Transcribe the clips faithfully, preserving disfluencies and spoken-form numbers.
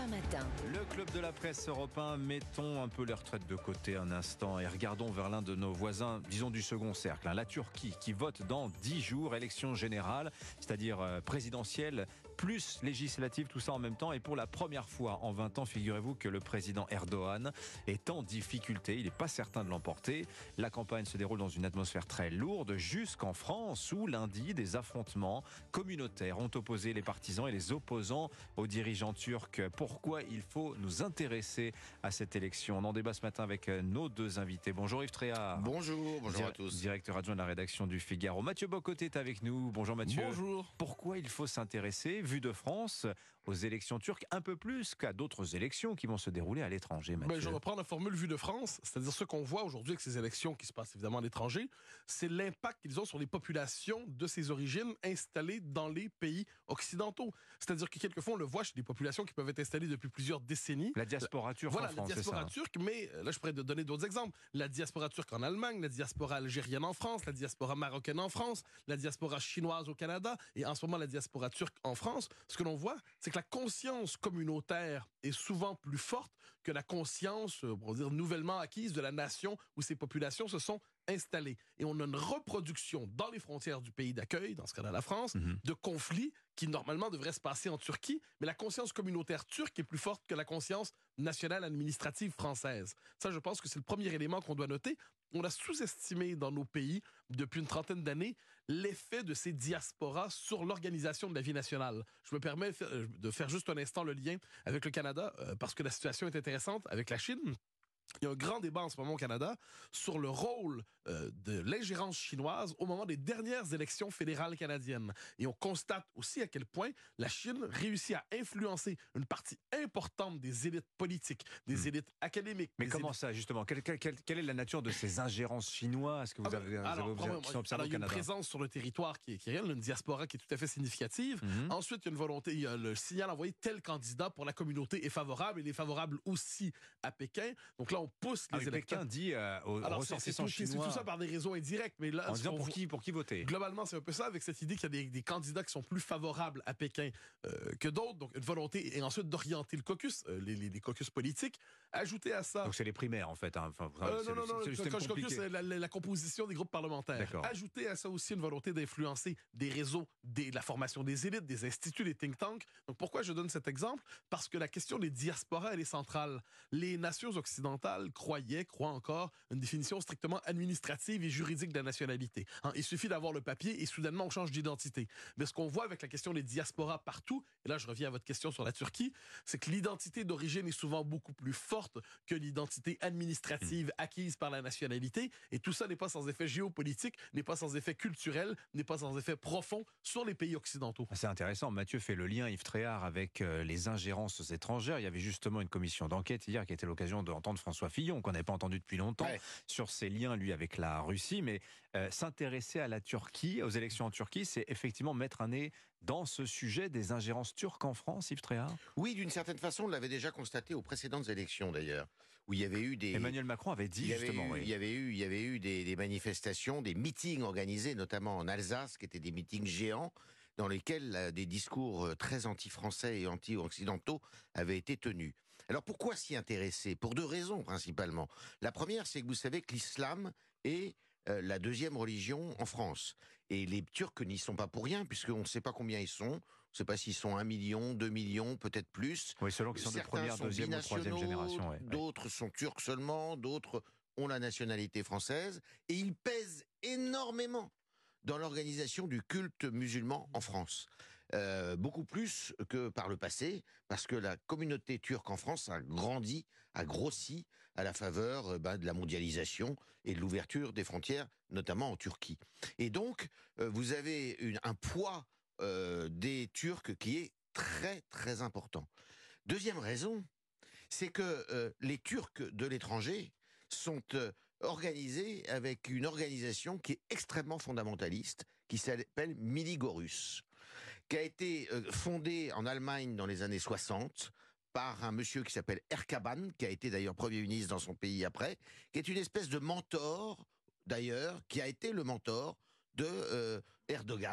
un matin. Le club de la presse européen, mettons un peu les retraites de côté un instant et regardons vers l'un de nos voisins, disons du second cercle, hein, la Turquie, qui vote dans dix jours, élection générale, c'est-à-dire euh, présidentielle, plus législative, tout ça en même temps. Et pour la première fois en vingt ans, figurez-vous que le président Erdogan est en difficulté, il n'est pas certain de l'emporter. La campagne se déroule dans une atmosphère très lourde, jusqu'en France, où lundi, des affrontements communautaires ont opposé les partisans et les opposants aux dirigeants turcs. Pourquoi il faut nous intéresser à cette élection? On en débat ce matin avec nos deux invités. Bonjour Yves Tréhard. Bonjour, bonjour Dir- à tous. Directeur adjoint de la rédaction du Figaro. Mathieu Bocoté est avec nous. Bonjour Mathieu. Bonjour. Pourquoi il faut s'intéresser, vue de France, aux élections turques un peu plus qu'à d'autres élections qui vont se dérouler à l'étranger, Mathieu? Ben, je reprends la formule vue de France, c'est-à-dire ce qu'on voit aujourd'hui avec ces élections qui se passent évidemment à l'étranger, c'est l'impact qu'ils ont sur les populations de ces origines installées dans les pays occidentaux. C'est-à-dire que quelquefois on le voit chez des populations qui peuvent être installées depuis plusieurs décennies. La diaspora turque Voilà, en France, la diaspora c'est ça? turque, mais euh, là je pourrais te donner d'autres exemples. La diaspora turque en Allemagne, la diaspora algérienne en France, la diaspora marocaine en France, la diaspora chinoise au Canada et en ce moment la diaspora turque en France. Ce que l'on voit, c'est que la conscience communautaire est souvent plus forte que la conscience, euh, on va dire, nouvellement acquise de la nation où ces populations se sont installées. Et on a une reproduction dans les frontières du pays d'accueil, dans ce cas-là la France, Mhm. de conflits qui normalement devraient se passer en Turquie, mais la conscience communautaire turque est plus forte que la conscience nationale administrative française. Ça, je pense que c'est le premier élément qu'on doit noter. On a sous-estimé dans nos pays, depuis une trentaine d'années, l'effet de ces diasporas sur l'organisation de la vie nationale. Je me permets de faire juste un instant le lien avec le Canada, euh, parce que la situation est intéressante avec la Chine. Il y a un grand débat en ce moment au Canada sur le rôle euh, de l'ingérence chinoise au moment des dernières élections fédérales canadiennes. Et on constate aussi à quel point la Chine réussit à influencer une partie importante des élites politiques, des Hmm. élites académiques. Mais des comment élites... ça, justement? quelle, quelle- quelle- quelle est la nature de ces ingérences chinoises que vous Ah, avez, vous alors, avez observé- vraiment, qui sont observées alors, au il y a une Canada? présence sur le territoire qui est, qui est réelle, une diaspora qui est tout à fait significative. Mhm. Ensuite, il y a une volonté, il y a le signal envoyé, tel candidat pour la communauté est favorable, il est favorable aussi à Pékin. Donc là, on pousse Ah, les mais électeurs. Pékin dit euh, aux Alors, c'est c'est ressortissants tout, c'est chinois, tout ça par des réseaux indirects, mais là, en ce disant qu'on pour voit- qui, pour qui voter? globalement, c'est un peu ça, avec cette idée qu'il y a des, des candidats qui sont plus favorables à Pékin euh, que d'autres, donc une volonté, et ensuite d'orienter le caucus, euh, les, les, les caucus politiques. Ajouter à ça... Donc c'est les primaires en fait. Hein. Enfin, Euh, c'est non, le- non, non, c'est le quand système je compliqué. caucus, c'est la, la- la composition des groupes parlementaires. D'accord. Ajouter à ça aussi une volonté d'influencer des réseaux, des, la formation des élites, des instituts, des think tanks. Donc pourquoi je donne cet exemple? Parce que la question des diasporas, elle est centrale. Les nations occidentales croyaient, croient encore, une définition strictement administrative et juridique de la nationalité. Hein, il suffit d'avoir le papier et soudainement on change d'identité. Mais ce qu'on voit avec la question des diasporas partout, et là je reviens à votre question sur la Turquie, c'est que l'identité d'origine est souvent beaucoup plus forte que l'identité administrative acquise par la nationalité. Et tout ça n'est pas sans effet géopolitique, n'est pas sans effet culturel, n'est pas sans effet profond sur les pays occidentaux. C'est intéressant. Mathieu fait le lien, Yves Tréhard, avec euh, les ingérences étrangères. Il y avait justement une commission d'enquête hier qui était l'occasion d'entendre François Fillon, qu'on n'avait pas entendu depuis longtemps, Ouais. sur ses liens, lui, avec la Russie. Mais euh, s'intéresser à la Turquie, aux élections en Turquie, c'est effectivement mettre un nez dans ce sujet des ingérences turques en France, Yves Tréhard. Oui, d'une certaine façon, on l'avait déjà constaté aux précédentes élections d'ailleurs, où il y avait eu des... Emmanuel Macron avait dit il y avait justement, eu, oui. il y avait eu, il y avait eu des, des manifestations, des meetings organisés, notamment en Alsace, qui étaient des meetings géants, dans lesquels euh, des discours euh, très anti-français et anti-occidentaux avaient été tenus. Alors pourquoi s'y intéresser? Pour deux raisons principalement. La première, c'est que vous savez que l'islam est euh, la deuxième religion en France. Et les Turcs n'y sont pas pour rien, puisqu'on ne sait pas combien ils sont. On ne sait pas s'ils sont un million, deux millions, peut-être plus. Oui, selon qu'ils sont de Certains première, sont deuxième ou troisième binationaux, génération. ouais. Ouais. D'autres sont turcs seulement, d'autres ont la nationalité française. Et ils pèsent énormément dans l'organisation du culte musulman en France. Euh, beaucoup plus que par le passé, parce que la communauté turque en France a grandi, a grossi à la faveur euh, ben, de la mondialisation et de l'ouverture des frontières, notamment en Turquie. Et donc, euh, vous avez une, un poids euh, des Turcs qui est très très important. Deuxième raison, c'est que euh, les Turcs de l'étranger sont euh, organisés avec une organisation qui est extrêmement fondamentaliste, qui s'appelle Miligorus, qui a été euh, fondée en Allemagne dans les années soixante par un monsieur qui s'appelle Erkaban, qui a été d'ailleurs Premier ministre dans son pays après, qui est une espèce de mentor, d'ailleurs, qui a été le mentor de euh, Erdogan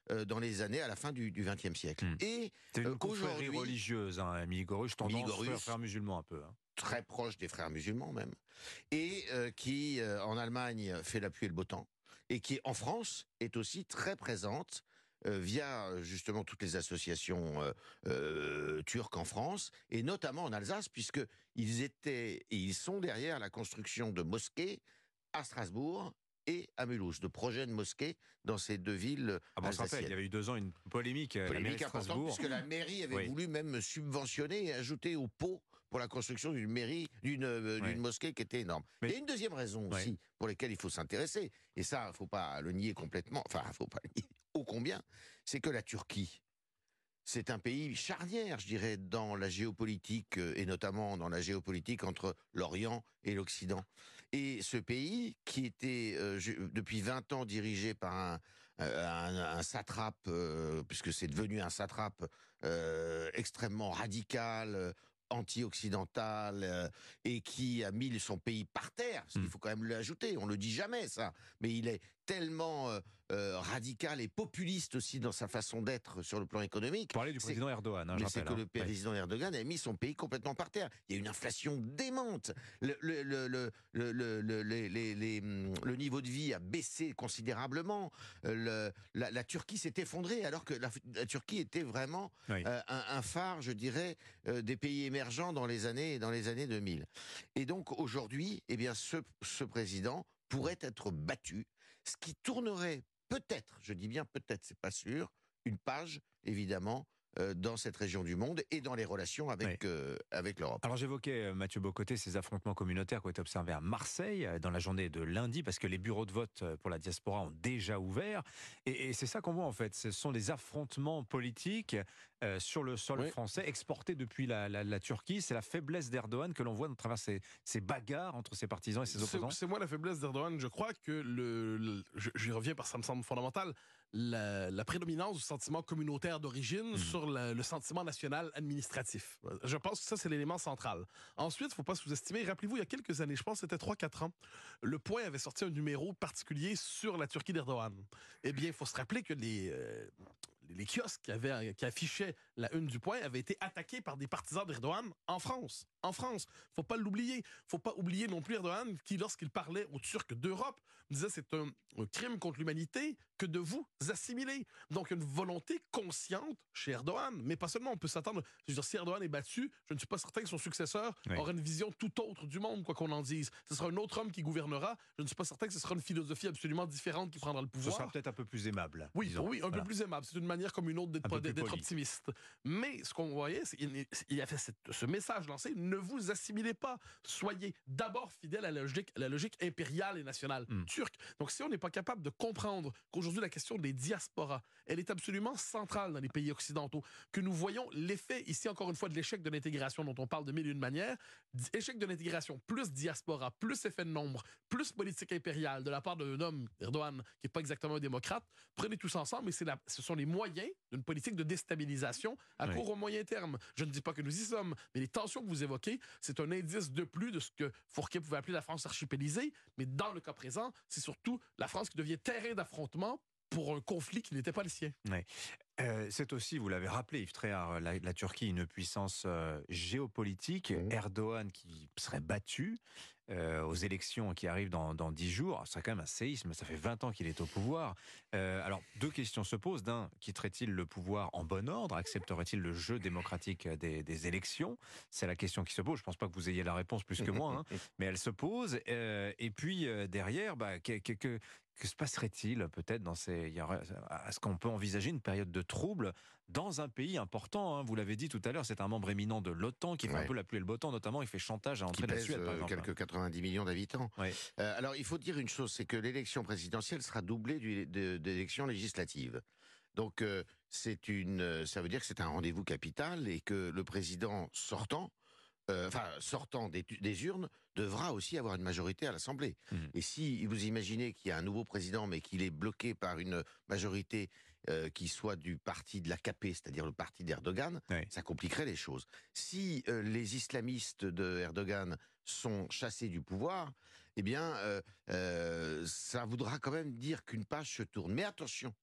euh, dans les années à la fin du vingtième siècle. Mmh. Et C'est une euh, confrérie aujourd'hui, religieuse, hein, Miligorus, tendance Miligorus, frère, frère musulman un peu. Hein. très proche des frères musulmans même, et euh, qui, euh, en Allemagne, fait la pluie et le beau temps, et qui, en France, est aussi très présente euh, via justement toutes les associations euh, euh, turques en France, et notamment en Alsace, puisqu'ils étaient et ils sont derrière la construction de mosquées à Strasbourg et à Mulhouse, de projets de mosquées dans ces deux villes Ah bon, on se rappelle, alsaciennes. il y avait eu deux ans une polémique, euh, la mairie Polémique de importante, Strasbourg. puisque la mairie avait Oui. voulu même subventionner et ajouter au pot pour la construction d'une mairie, d'une euh, Oui. d'une mosquée qui était énorme. Mais- Il y a une deuxième raison Oui. aussi pour laquelle il faut s'intéresser, et ça, il ne faut pas le nier complètement, enfin, il ne faut pas le nier ô combien, c'est que la Turquie, c'est un pays charnière, je dirais, dans la géopolitique, euh, et notamment dans la géopolitique entre l'Orient et l'Occident. Et ce pays, qui était euh, je- depuis vingt ans dirigé par un, euh, un, un satrape, euh, puisque c'est devenu un satrape euh, extrêmement radical, euh, anti-occidental, euh, et qui a mis son pays par terre, parce qu'il Mm. faut quand même l'ajouter, on le dit jamais ça, mais il est tellement euh, euh, radical et populiste aussi dans sa façon d'être sur le plan économique. Vous parlez du C'est- président Erdogan, hein, je mais c'est rappelle. que hein. le président Erdogan a mis son pays complètement par terre. Il y a une inflation démente. Le, le, le, le, le, le, le- les- les- les, hum, le niveau de vie a baissé considérablement. Euh, Le, la, la Turquie s'est effondrée, alors que la, la Turquie était vraiment Oui. euh, un, un phare, je dirais, euh, des pays émergents dans les années, dans les années deux mille. Et donc aujourd'hui, eh bien, ce, ce président pourrait être battu, ce qui tournerait peut-être, je dis bien peut-être, c'est pas sûr, une page, évidemment, euh, dans cette région du monde et dans les relations avec, euh, avec l'Europe. Alors j'évoquais, euh, Mathieu Bocoté, ces affrontements communautaires qui ont été observés à Marseille euh, dans la journée de lundi, parce que les bureaux de vote euh, pour la diaspora ont déjà ouvert. Et, et c'est ça qu'on voit en fait, ce sont des affrontements politiques euh, sur le sol Oui. français, exportés depuis la, la- la Turquie. C'est la faiblesse d'Erdogan que l'on voit à travers ces, ces bagarres entre ses partisans et ses C'est opposants. c'est moi la faiblesse d'Erdogan. Je crois que le, le- je- j'y reviens parce que ça me semble fondamental. La, la prédominance du sentiment communautaire d'origine Mhm. sur la- le sentiment national administratif. Je pense que ça, c'est l'élément central. Ensuite, il ne faut pas sous-estimer. Rappelez-vous, il y a quelques années, je pense que c'était trois quatre ans, Le Point avait sorti un numéro particulier sur la Turquie d'Erdogan. Eh bien, il faut se rappeler que les, euh, les kiosques qui, avaient, qui affichaient la une du Point avaient été attaqués par des partisans d'Erdogan en France. En France. Faut pas l'oublier. Faut pas oublier non plus Erdogan qui, lorsqu'il parlait aux Turcs d'Europe, disait c'est un, un crime contre l'humanité que de vous assimiler. Donc une volonté consciente chez Erdogan. Mais pas seulement, on peut s'attendre. Je veux dire, si Erdogan est battu, je ne suis pas certain que son successeur Oui. aura une vision tout autre du monde, quoi qu'on en dise. Ce sera un autre homme qui gouvernera. Je ne suis pas certain que ce sera une philosophie absolument différente qui prendra le Ce pouvoir. sera peut-être un peu plus aimable. Oui, disons. oui, un Voilà. peu plus aimable. C'est une manière comme une autre d'être, Un peu d'être plus poli. optimiste. Mais ce qu'on voyait, c'est qu'il il a fait cette- ce message lancé, ne vous assimilez pas. Soyez d'abord fidèles à la logique, à la logique impériale et nationale Mm. turque. Donc si on n'est pas capable de comprendre qu'aujourd'hui la question des diasporas, elle est absolument centrale dans les pays occidentaux, que nous voyons l'effet ici encore une fois de l'échec de l'intégration dont on parle de mille et une manières, Di- échec de l'intégration plus diaspora, plus effet de nombre, plus politique impériale de la part d'un homme, Erdogan, qui n'est pas exactement un démocrate, prenez tous ensemble et c'est la, ce sont les moyens d'une politique de déstabilisation à Oui. court ou moyen terme. Je ne dis pas que nous y sommes, mais les tensions que vous évoquez, c'est un indice de plus de ce que Fourquet pouvait appeler la France archipélisée, mais dans le cas présent, c'est surtout la France qui devient terrain d'affrontement pour un conflit qui n'était pas le sien. Euh, c'est aussi, vous l'avez rappelé, Yves Tréhard, la, la Turquie, une puissance euh, géopolitique. Mmh. Erdogan qui serait battu euh, aux élections qui arrivent dans, dans dix jours. Ce serait quand même un séisme. Ça fait vingt ans qu'il est au pouvoir. Euh, alors, deux questions se posent. D'un, quitterait-il le pouvoir en bon ordre? Accepterait-il le jeu démocratique des, des élections? C'est la question qui se pose. Je ne pense pas que vous ayez la réponse plus que moi, hein, mais elle se pose. Euh, et puis, euh, derrière, bah, que, que, que, que se passerait-il peut-être dans ces... il y aurait- Est-ce qu'on peut envisager une période de trouble dans un pays important, hein? Vous l'avez dit tout à l'heure, c'est un membre éminent de l'OTAN qui fait Ouais. un peu la pluie et le beau temps, notamment il fait chantage à Qui entrer de la pèse Suède, par euh, exemple. quelques quatre-vingt-dix millions d'habitants. Ouais. Euh, alors, il faut dire une chose, c'est que l'élection présidentielle sera doublée du- de- d'élections législatives. Donc, euh, c'est une, euh, ça veut dire que c'est un rendez-vous capital et que le président sortant, euh, enfin sortant des, des urnes, devra aussi avoir une majorité à l'Assemblée. Mhm. Et si vous imaginez qu'il y a un nouveau président, mais qu'il est bloqué par une majorité euh, qui soit du parti de l'A K P, c'est-à-dire le parti d'Erdogan, Ouais. ça compliquerait les choses. Si euh, les islamistes de Erdogan sont chassés du pouvoir, eh bien, euh, euh, ça voudra quand même dire qu'une page se tourne. Mais attention,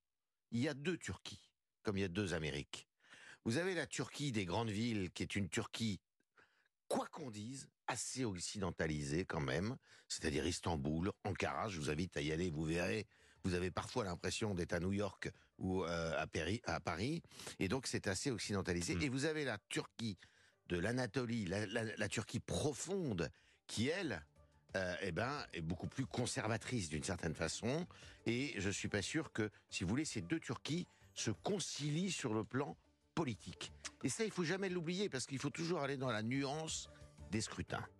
il y a deux Turquies, comme il y a deux Amériques. Vous avez la Turquie des grandes villes, qui est une Turquie, quoi qu'on dise, assez occidentalisée quand même, c'est-à-dire Istanbul, Ankara, je vous invite à y aller, vous verrez, vous avez parfois l'impression d'être à New York ou euh, à, Paris, à Paris, et donc c'est assez occidentalisé. Mmh. Et vous avez la Turquie de l'Anatolie, la, la- la Turquie profonde, qui elle, euh, eh ben, est beaucoup plus conservatrice d'une certaine façon, et je suis pas sûr que, si vous voulez, ces deux Turquies se concilient sur le plan politique. Et ça, il faut jamais l'oublier, parce qu'il faut toujours aller dans la nuance des scrutins.